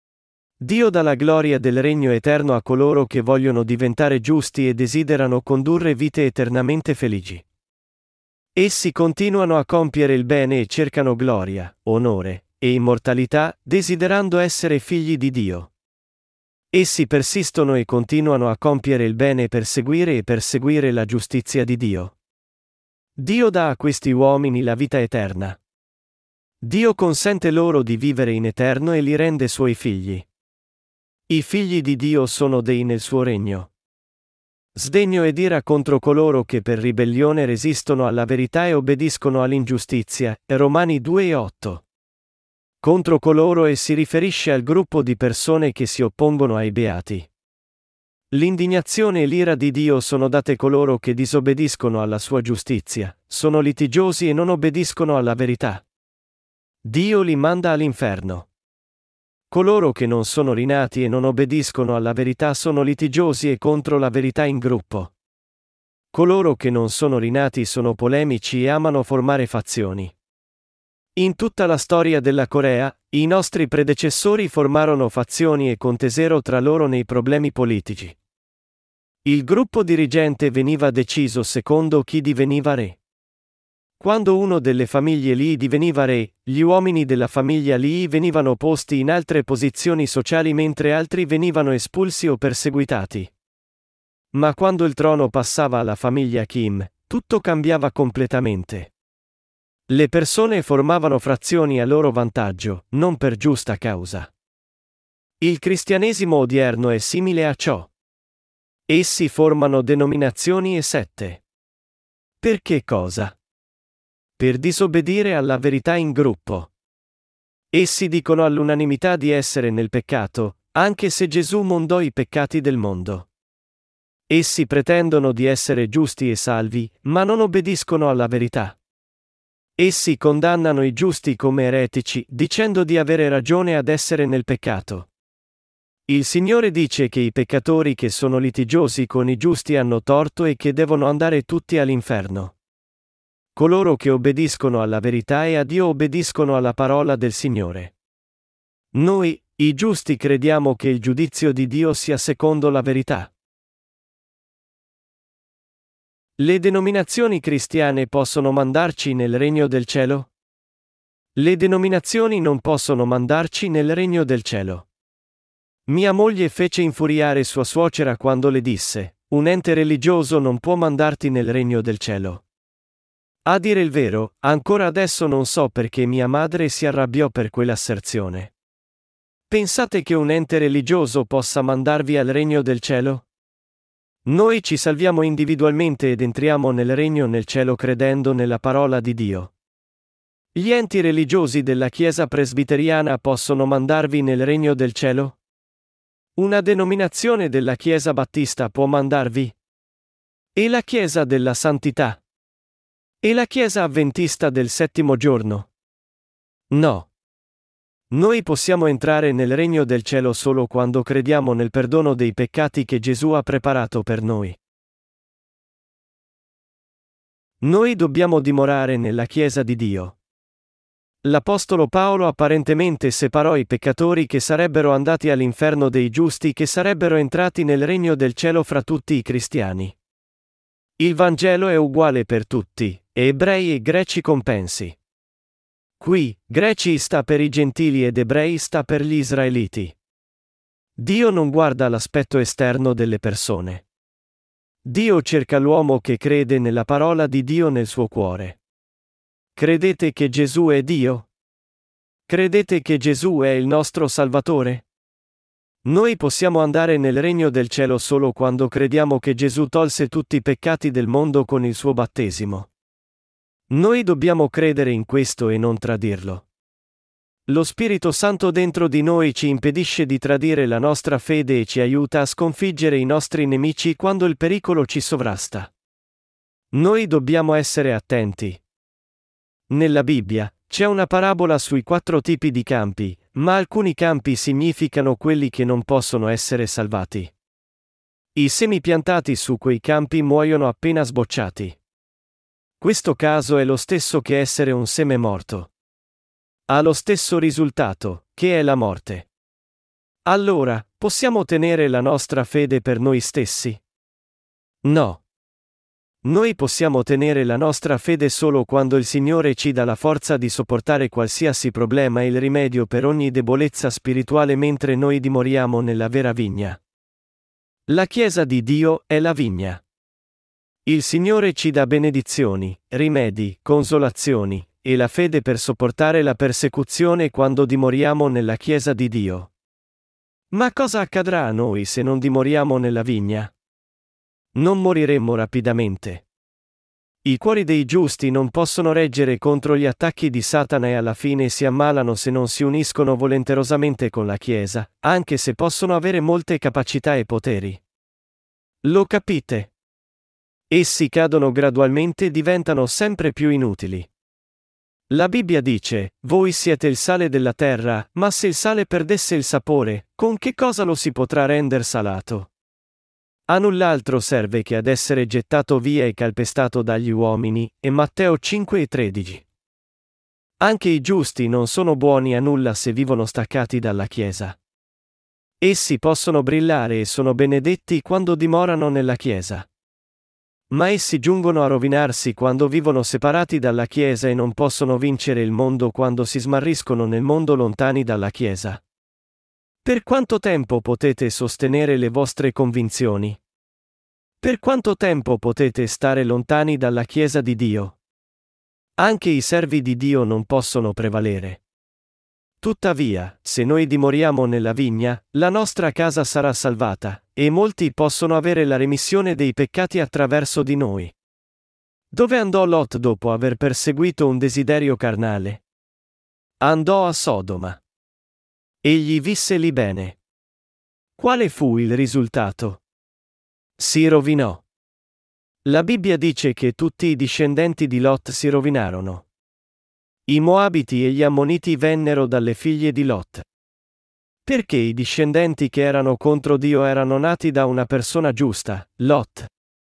Dio dà la gloria del regno eterno a coloro che vogliono diventare giusti e desiderano condurre vite eternamente felici. Essi continuano a compiere il bene e cercano gloria, onore e immortalità, desiderando essere figli di Dio. Essi persistono e continuano a compiere il bene per seguire e perseguire la giustizia di Dio. Dio dà a questi uomini la vita eterna. Dio consente loro di vivere in eterno e li rende suoi figli. I figli di Dio sono dei nel suo regno. Sdegno ed ira contro coloro che per ribellione resistono alla verità e obbediscono all'ingiustizia. Romani due otto. Contro coloro e si riferisce al gruppo di persone che si oppongono ai beati. L'indignazione e l'ira di Dio sono date coloro che disobbediscono alla sua giustizia, sono litigiosi e non obbediscono alla verità. Dio li manda all'inferno. Coloro che non sono rinati e non obbediscono alla verità sono litigiosi e contro la verità in gruppo. Coloro che non sono rinati sono polemici e amano formare fazioni. In tutta la storia della Corea, i nostri predecessori formarono fazioni e contesero tra loro nei problemi politici. Il gruppo dirigente veniva deciso secondo chi diveniva re. Quando uno delle famiglie Lee diveniva re, gli uomini della famiglia Lee venivano posti in altre posizioni sociali mentre altri venivano espulsi o perseguitati. Ma quando il trono passava alla famiglia Kim, tutto cambiava completamente. Le persone formavano frazioni a loro vantaggio, non per giusta causa. Il cristianesimo odierno è simile a ciò. Essi formano denominazioni e sette. Per che cosa? Per disobbedire alla verità in gruppo. Essi dicono all'unanimità di essere nel peccato, anche se Gesù mondò i peccati del mondo. Essi pretendono di essere giusti e salvi, ma non obbediscono alla verità. Essi condannano i giusti come eretici, dicendo di avere ragione ad essere nel peccato. Il Signore dice che i peccatori che sono litigiosi con i giusti hanno torto e che devono andare tutti all'inferno. Coloro che obbediscono alla verità e a Dio obbediscono alla parola del Signore. Noi, i giusti, crediamo che il giudizio di Dio sia secondo la verità. Le denominazioni cristiane possono mandarci nel regno del cielo? Le denominazioni non possono mandarci nel regno del cielo. Mia moglie fece infuriare sua suocera quando le disse: un ente religioso non può mandarti nel regno del cielo. A dire il vero, ancora adesso non so perché mia madre si arrabbiò per quell'asserzione. Pensate che un ente religioso possa mandarvi al regno del cielo? Noi ci salviamo individualmente ed entriamo nel regno nel cielo credendo nella parola di Dio. Gli enti religiosi della Chiesa presbiteriana possono mandarvi nel regno del cielo? Una denominazione della Chiesa Battista può mandarvi? E la Chiesa della Santità? E la Chiesa Avventista del Settimo Giorno? No. Noi possiamo entrare nel regno del cielo solo quando crediamo nel perdono dei peccati che Gesù ha preparato per noi. Noi dobbiamo dimorare nella Chiesa di Dio. L'Apostolo Paolo apparentemente separò i peccatori che sarebbero andati all'inferno dei giusti che sarebbero entrati nel regno del cielo fra tutti i cristiani. Il Vangelo è uguale per tutti, ebrei e greci compensi. Qui, greci sta per i gentili ed ebrei sta per gli israeliti. Dio non guarda l'aspetto esterno delle persone. Dio cerca l'uomo che crede nella parola di Dio nel suo cuore. Credete che Gesù è Dio? Credete che Gesù è il nostro Salvatore? Noi possiamo andare nel regno del cielo solo quando crediamo che Gesù tolse tutti i peccati del mondo con il suo battesimo. Noi dobbiamo credere in questo e non tradirlo. Lo Spirito Santo dentro di noi ci impedisce di tradire la nostra fede e ci aiuta a sconfiggere i nostri nemici quando il pericolo ci sovrasta. Noi dobbiamo essere attenti. Nella Bibbia, c'è una parabola sui quattro tipi di campi, ma alcuni campi significano quelli che non possono essere salvati. I semi piantati su quei campi muoiono appena sbocciati. Questo caso è lo stesso che essere un seme morto. Ha lo stesso risultato, che è la morte. Allora, possiamo tenere la nostra fede per noi stessi? No. Noi possiamo tenere la nostra fede solo quando il Signore ci dà la forza di sopportare qualsiasi problema e il rimedio per ogni debolezza spirituale mentre noi dimoriamo nella vera vigna. La Chiesa di Dio è la vigna. Il Signore ci dà benedizioni, rimedi, consolazioni, e la fede per sopportare la persecuzione quando dimoriamo nella Chiesa di Dio. Ma cosa accadrà a noi se non dimoriamo nella vigna? Non moriremmo rapidamente. I cuori dei giusti non possono reggere contro gli attacchi di Satana e alla fine si ammalano se non si uniscono volenterosamente con la Chiesa, anche se possono avere molte capacità e poteri. Lo capite? Essi cadono gradualmente e diventano sempre più inutili. La Bibbia dice: voi siete il sale della terra, ma se il sale perdesse il sapore, con che cosa lo si potrà render salato? A null'altro serve che ad essere gettato via e calpestato dagli uomini, e Matteo cinque e tredici. Anche i giusti non sono buoni a nulla se vivono staccati dalla Chiesa. Essi possono brillare e sono benedetti quando dimorano nella Chiesa. Ma essi giungono a rovinarsi quando vivono separati dalla Chiesa e non possono vincere il mondo quando si smarriscono nel mondo lontani dalla Chiesa. Per quanto tempo potete sostenere le vostre convinzioni? Per quanto tempo potete stare lontani dalla Chiesa di Dio? Anche i servi di Dio non possono prevalere. Tuttavia, se noi dimoriamo nella vigna, la nostra casa sarà salvata, e molti possono avere la remissione dei peccati attraverso di noi. Dove andò Lot dopo aver perseguito un desiderio carnale? Andò a Sodoma. Egli visse lì bene. Quale fu il risultato? Si rovinò. La Bibbia dice che tutti i discendenti di Lot si rovinarono. I Moabiti e gli Ammoniti vennero dalle figlie di Lot. Perché i discendenti che erano contro Dio erano nati da una persona giusta, Lot?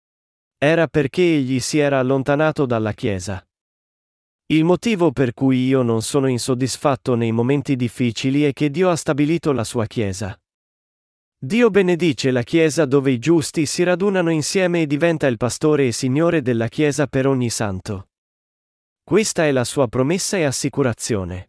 Era perché egli si era allontanato dalla Chiesa. Il motivo per cui io non sono insoddisfatto nei momenti difficili è che Dio ha stabilito la sua Chiesa. Dio benedice la Chiesa dove i giusti si radunano insieme e diventa il pastore e Signore della Chiesa per ogni santo. Questa è la sua promessa e assicurazione.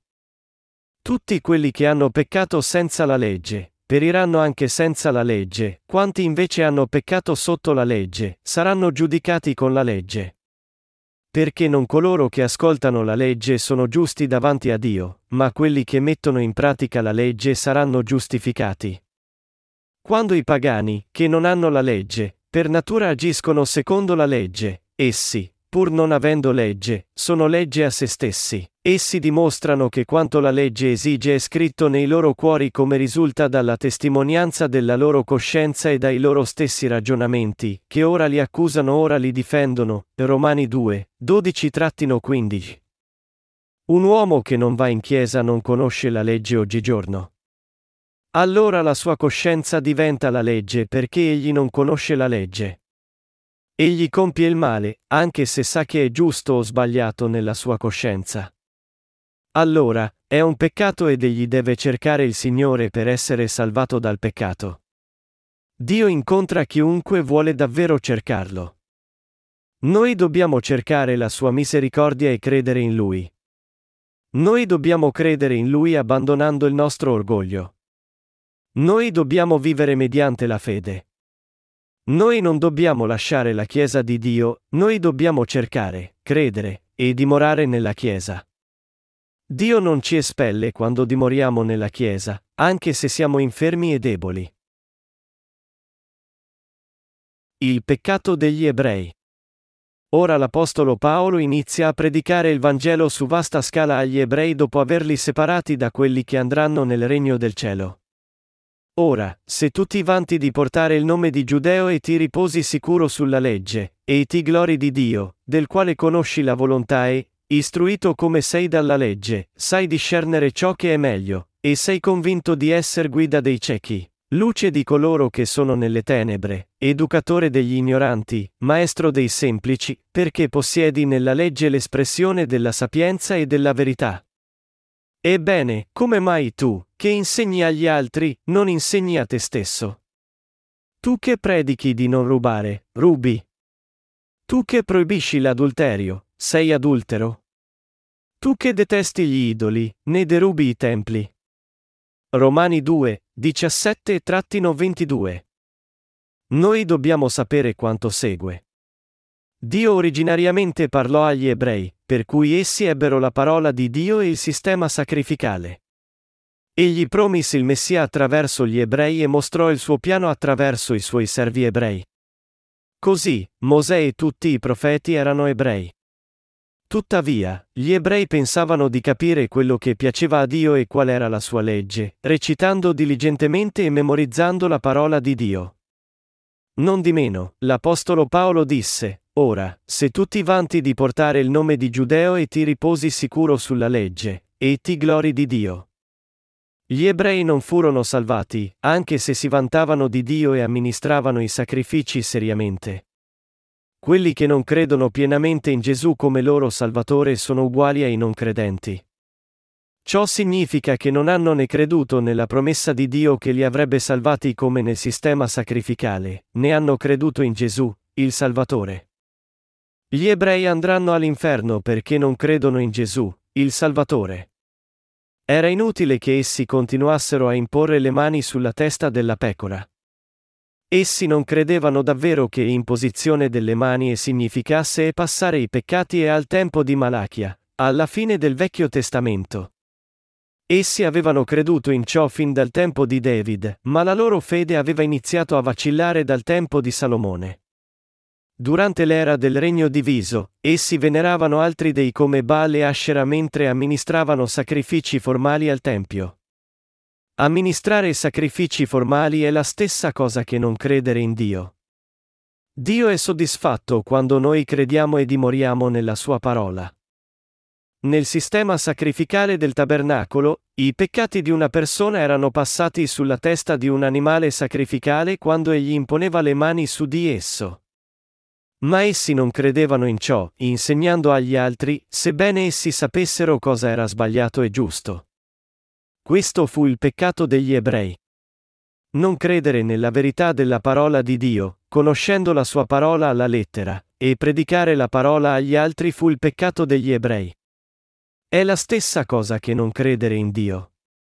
Tutti quelli che hanno peccato senza la legge, periranno anche senza la legge, quanti invece hanno peccato sotto la legge, saranno giudicati con la legge. Perché non coloro che ascoltano la legge sono giusti davanti a Dio, ma quelli che mettono in pratica la legge saranno giustificati. Quando i pagani, che non hanno la legge, per natura agiscono secondo la legge, essi, pur non avendo legge, sono legge a se stessi. Essi dimostrano che quanto la legge esige è scritto nei loro cuori come risulta dalla testimonianza della loro coscienza e dai loro stessi ragionamenti, che ora li accusano ora li difendono. Romani due, dodici quindici. Un uomo che non va in chiesa non conosce la legge oggigiorno. Allora la sua coscienza diventa la legge perché egli non conosce la legge. Egli compie il male, anche se sa che è giusto o sbagliato nella sua coscienza. Allora, è un peccato ed egli deve cercare il Signore per essere salvato dal peccato. Dio incontra chiunque vuole davvero cercarlo. Noi dobbiamo cercare la sua misericordia e credere in Lui. Noi dobbiamo credere in Lui abbandonando il nostro orgoglio. Noi dobbiamo vivere mediante la fede. Noi non dobbiamo lasciare la Chiesa di Dio, noi dobbiamo cercare, credere, e dimorare nella Chiesa. Dio non ci espelle quando dimoriamo nella Chiesa, anche se siamo infermi e deboli. Il peccato degli ebrei. Ora l'Apostolo Paolo inizia a predicare il Vangelo su vasta scala agli ebrei dopo averli separati da quelli che andranno nel regno del cielo. Ora, se tu ti vanti di portare il nome di giudeo e ti riposi sicuro sulla legge, e ti glori di Dio, del quale conosci la volontà e, istruito come sei dalla legge, sai discernere ciò che è meglio, e sei convinto di esser guida dei ciechi, luce di coloro che sono nelle tenebre, educatore degli ignoranti, maestro dei semplici, perché possiedi nella legge l'espressione della sapienza e della verità. Ebbene, come mai tu, che insegni agli altri, non insegni a te stesso? Tu che predichi di non rubare, rubi. Tu che proibisci l'adulterio, sei adultero. Tu che detesti gli idoli, ne derubi i templi. Romani due, diciassette ventidue. Noi dobbiamo sapere quanto segue. Dio originariamente parlò agli ebrei, per cui essi ebbero la parola di Dio e il sistema sacrificale. Egli promise il Messia attraverso gli ebrei e mostrò il suo piano attraverso i suoi servi ebrei. Così, Mosè e tutti i profeti erano ebrei. Tuttavia, gli ebrei pensavano di capire quello che piaceva a Dio e qual era la sua legge, recitando diligentemente e memorizzando la parola di Dio. Nondimeno, l'Apostolo Paolo disse: Ora, se tu ti vanti di portare il nome di giudeo e ti riposi sicuro sulla legge, e ti glori di Dio. Gli ebrei non furono salvati, anche se si vantavano di Dio e amministravano i sacrifici seriamente. Quelli che non credono pienamente in Gesù come loro Salvatore sono uguali ai non credenti. Ciò significa che non hanno né creduto nella promessa di Dio che li avrebbe salvati come nel sistema sacrificale, né hanno creduto in Gesù, il Salvatore. Gli ebrei andranno all'inferno perché non credono in Gesù, il Salvatore. Era inutile che essi continuassero a imporre le mani sulla testa della pecora. Essi non credevano davvero che imposizione delle mani significasse passare i peccati e al tempo di Malachia, alla fine del Vecchio Testamento. Essi avevano creduto in ciò fin dal tempo di David, ma la loro fede aveva iniziato a vacillare dal tempo di Salomone. Durante l'era del regno diviso, essi veneravano altri dei come Baal e Ascera mentre amministravano sacrifici formali al Tempio. Amministrare sacrifici formali è la stessa cosa che non credere in Dio. Dio è soddisfatto quando noi crediamo e dimoriamo nella Sua parola. Nel sistema sacrificale del tabernacolo, i peccati di una persona erano passati sulla testa di un animale sacrificale quando egli imponeva le mani su di esso. Ma essi non credevano in ciò, insegnando agli altri, sebbene essi sapessero cosa era sbagliato e giusto. Questo fu il peccato degli ebrei. Non credere nella verità della parola di Dio, conoscendo la sua parola alla lettera, e predicare la parola agli altri fu il peccato degli ebrei. È la stessa cosa che non credere in Dio.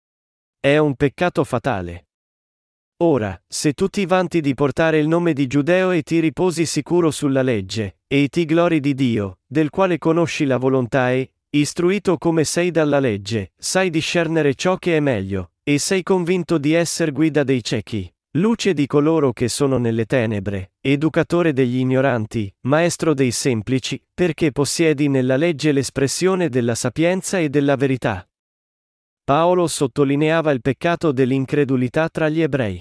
È un peccato fatale. Ora, se tu ti vanti di portare il nome di giudeo e ti riposi sicuro sulla legge, e ti glori di Dio, del quale conosci la volontà e, istruito come sei dalla legge, sai discernere ciò che è meglio, e sei convinto di esser guida dei ciechi, luce di coloro che sono nelle tenebre, educatore degli ignoranti, maestro dei semplici, perché possiedi nella legge l'espressione della sapienza e della verità. Paolo sottolineava il peccato dell'incredulità tra gli ebrei.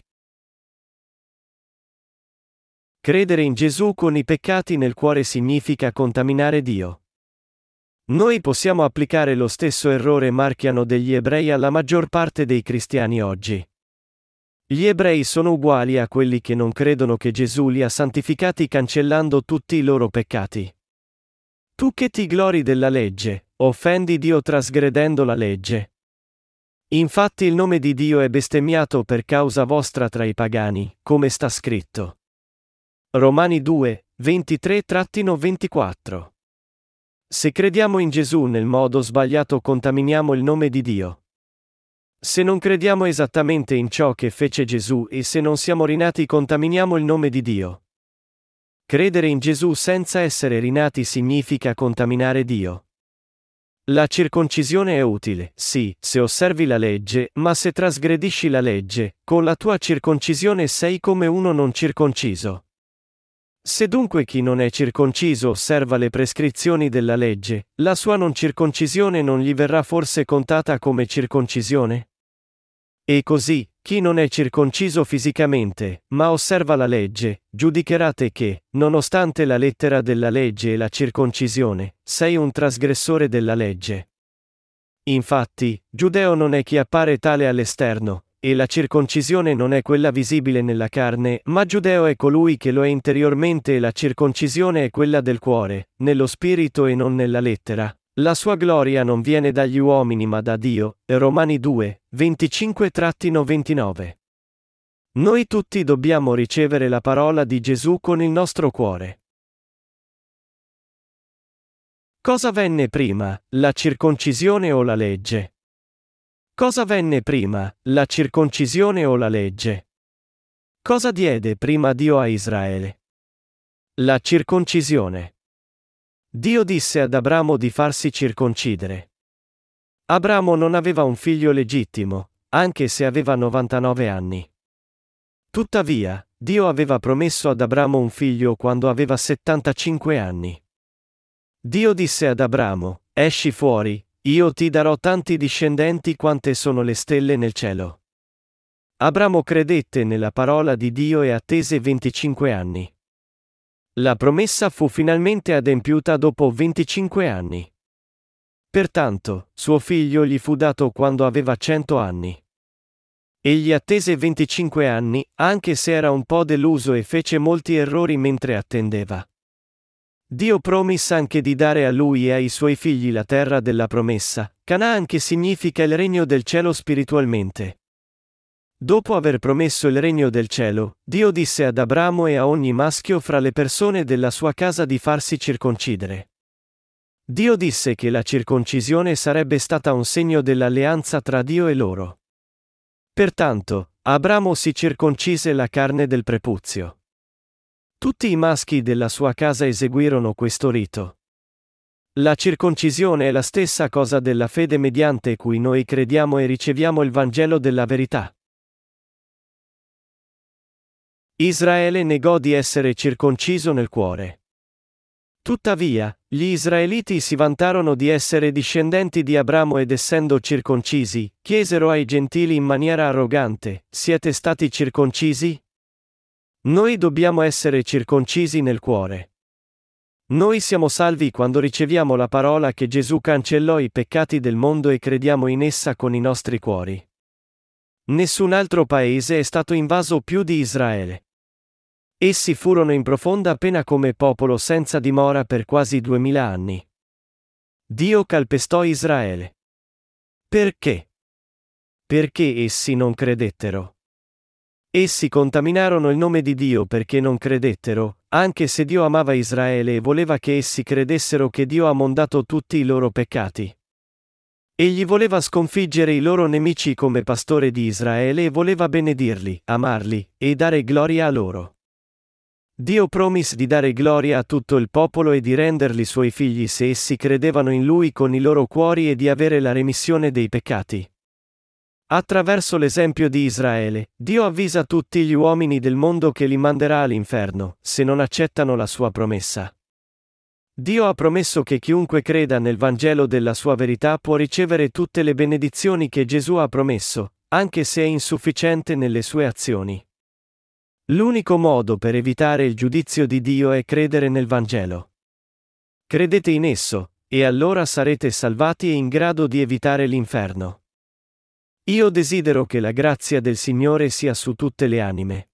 Credere in Gesù con i peccati nel cuore significa contaminare Dio. Noi possiamo applicare lo stesso errore marchiano degli ebrei alla maggior parte dei cristiani oggi. Gli ebrei sono uguali a quelli che non credono che Gesù li ha santificati cancellando tutti i loro peccati. Tu che ti glori della legge, offendi Dio trasgredendo la legge. Infatti il nome di Dio è bestemmiato per causa vostra tra i pagani, come sta scritto. Romani due, ventitré ventiquattro. Se crediamo in Gesù nel modo sbagliato contaminiamo il nome di Dio. Se non crediamo esattamente in ciò che fece Gesù e se non siamo rinati contaminiamo il nome di Dio. Credere in Gesù senza essere rinati significa contaminare Dio. La circoncisione è utile, sì, se osservi la legge, ma se trasgredisci la legge, con la tua circoncisione sei come uno non circonciso. Se dunque chi non è circonciso osserva le prescrizioni della legge, la sua non circoncisione non gli verrà forse contata come circoncisione? E così, chi non è circonciso fisicamente, ma osserva la legge, giudicherate che, nonostante la lettera della legge e la circoncisione, sei un trasgressore della legge. Infatti, giudeo non è chi appare tale all'esterno, e la circoncisione non è quella visibile nella carne, ma giudeo è colui che lo è interiormente e la circoncisione è quella del cuore, nello spirito e non nella lettera. La sua gloria non viene dagli uomini ma da Dio. Romani due, venticinque ventinove. Noi tutti dobbiamo ricevere la parola di Gesù con il nostro cuore. Cosa venne prima, la circoncisione o la legge? Cosa venne prima, la circoncisione o la legge? Cosa diede prima Dio a Israele? La circoncisione. Dio disse ad Abramo di farsi circoncidere. Abramo non aveva un figlio legittimo, anche se aveva novantanove anni. Tuttavia, Dio aveva promesso ad Abramo un figlio quando aveva settantacinque anni. Dio disse ad Abramo: esci fuori, io ti darò tanti discendenti quante sono le stelle nel cielo. Abramo credette nella parola di Dio e attese venticinque anni. La promessa fu finalmente adempiuta dopo venticinque anni. Pertanto, suo figlio gli fu dato quando aveva cento anni. Egli attese venticinque anni, anche se era un po' deluso e fece molti errori mentre attendeva. Dio promisse anche di dare a lui e ai suoi figli la terra della promessa, Canaan, che significa il regno del cielo spiritualmente. Dopo aver promesso il regno del cielo, Dio disse ad Abramo e a ogni maschio fra le persone della sua casa di farsi circoncidere. Dio disse che la circoncisione sarebbe stata un segno dell'alleanza tra Dio e loro. Pertanto, Abramo si circoncise la carne del prepuzio. Tutti i maschi della sua casa eseguirono questo rito. La circoncisione è la stessa cosa della fede mediante cui noi crediamo e riceviamo il Vangelo della verità. Israele negò di essere circonciso nel cuore. Tuttavia, gli israeliti si vantarono di essere discendenti di Abramo ed essendo circoncisi, chiesero ai gentili in maniera arrogante: siete stati circoncisi? Noi dobbiamo essere circoncisi nel cuore. Noi siamo salvi quando riceviamo la parola che Gesù cancellò i peccati del mondo e crediamo in essa con i nostri cuori. Nessun altro paese è stato invaso più di Israele. Essi furono in profonda pena come popolo senza dimora per quasi duemila anni. Dio calpestò Israele. Perché? Perché essi non credettero. Essi contaminarono il nome di Dio perché non credettero, anche se Dio amava Israele e voleva che essi credessero che Dio ha mondato tutti i loro peccati. Egli voleva sconfiggere i loro nemici come pastore di Israele e voleva benedirli, amarli, e dare gloria a loro. Dio promise di dare gloria a tutto il popolo e di renderli suoi figli se essi credevano in Lui con i loro cuori e di avere la remissione dei peccati. Attraverso l'esempio di Israele, Dio avvisa tutti gli uomini del mondo che li manderà all'inferno, se non accettano la sua promessa. Dio ha promesso che chiunque creda nel Vangelo della sua verità può ricevere tutte le benedizioni che Gesù ha promesso, anche se è insufficiente nelle sue azioni. L'unico modo per evitare il giudizio di Dio è credere nel Vangelo. Credete in esso, e allora sarete salvati e in grado di evitare l'inferno. Io desidero che la grazia del Signore sia su tutte le anime.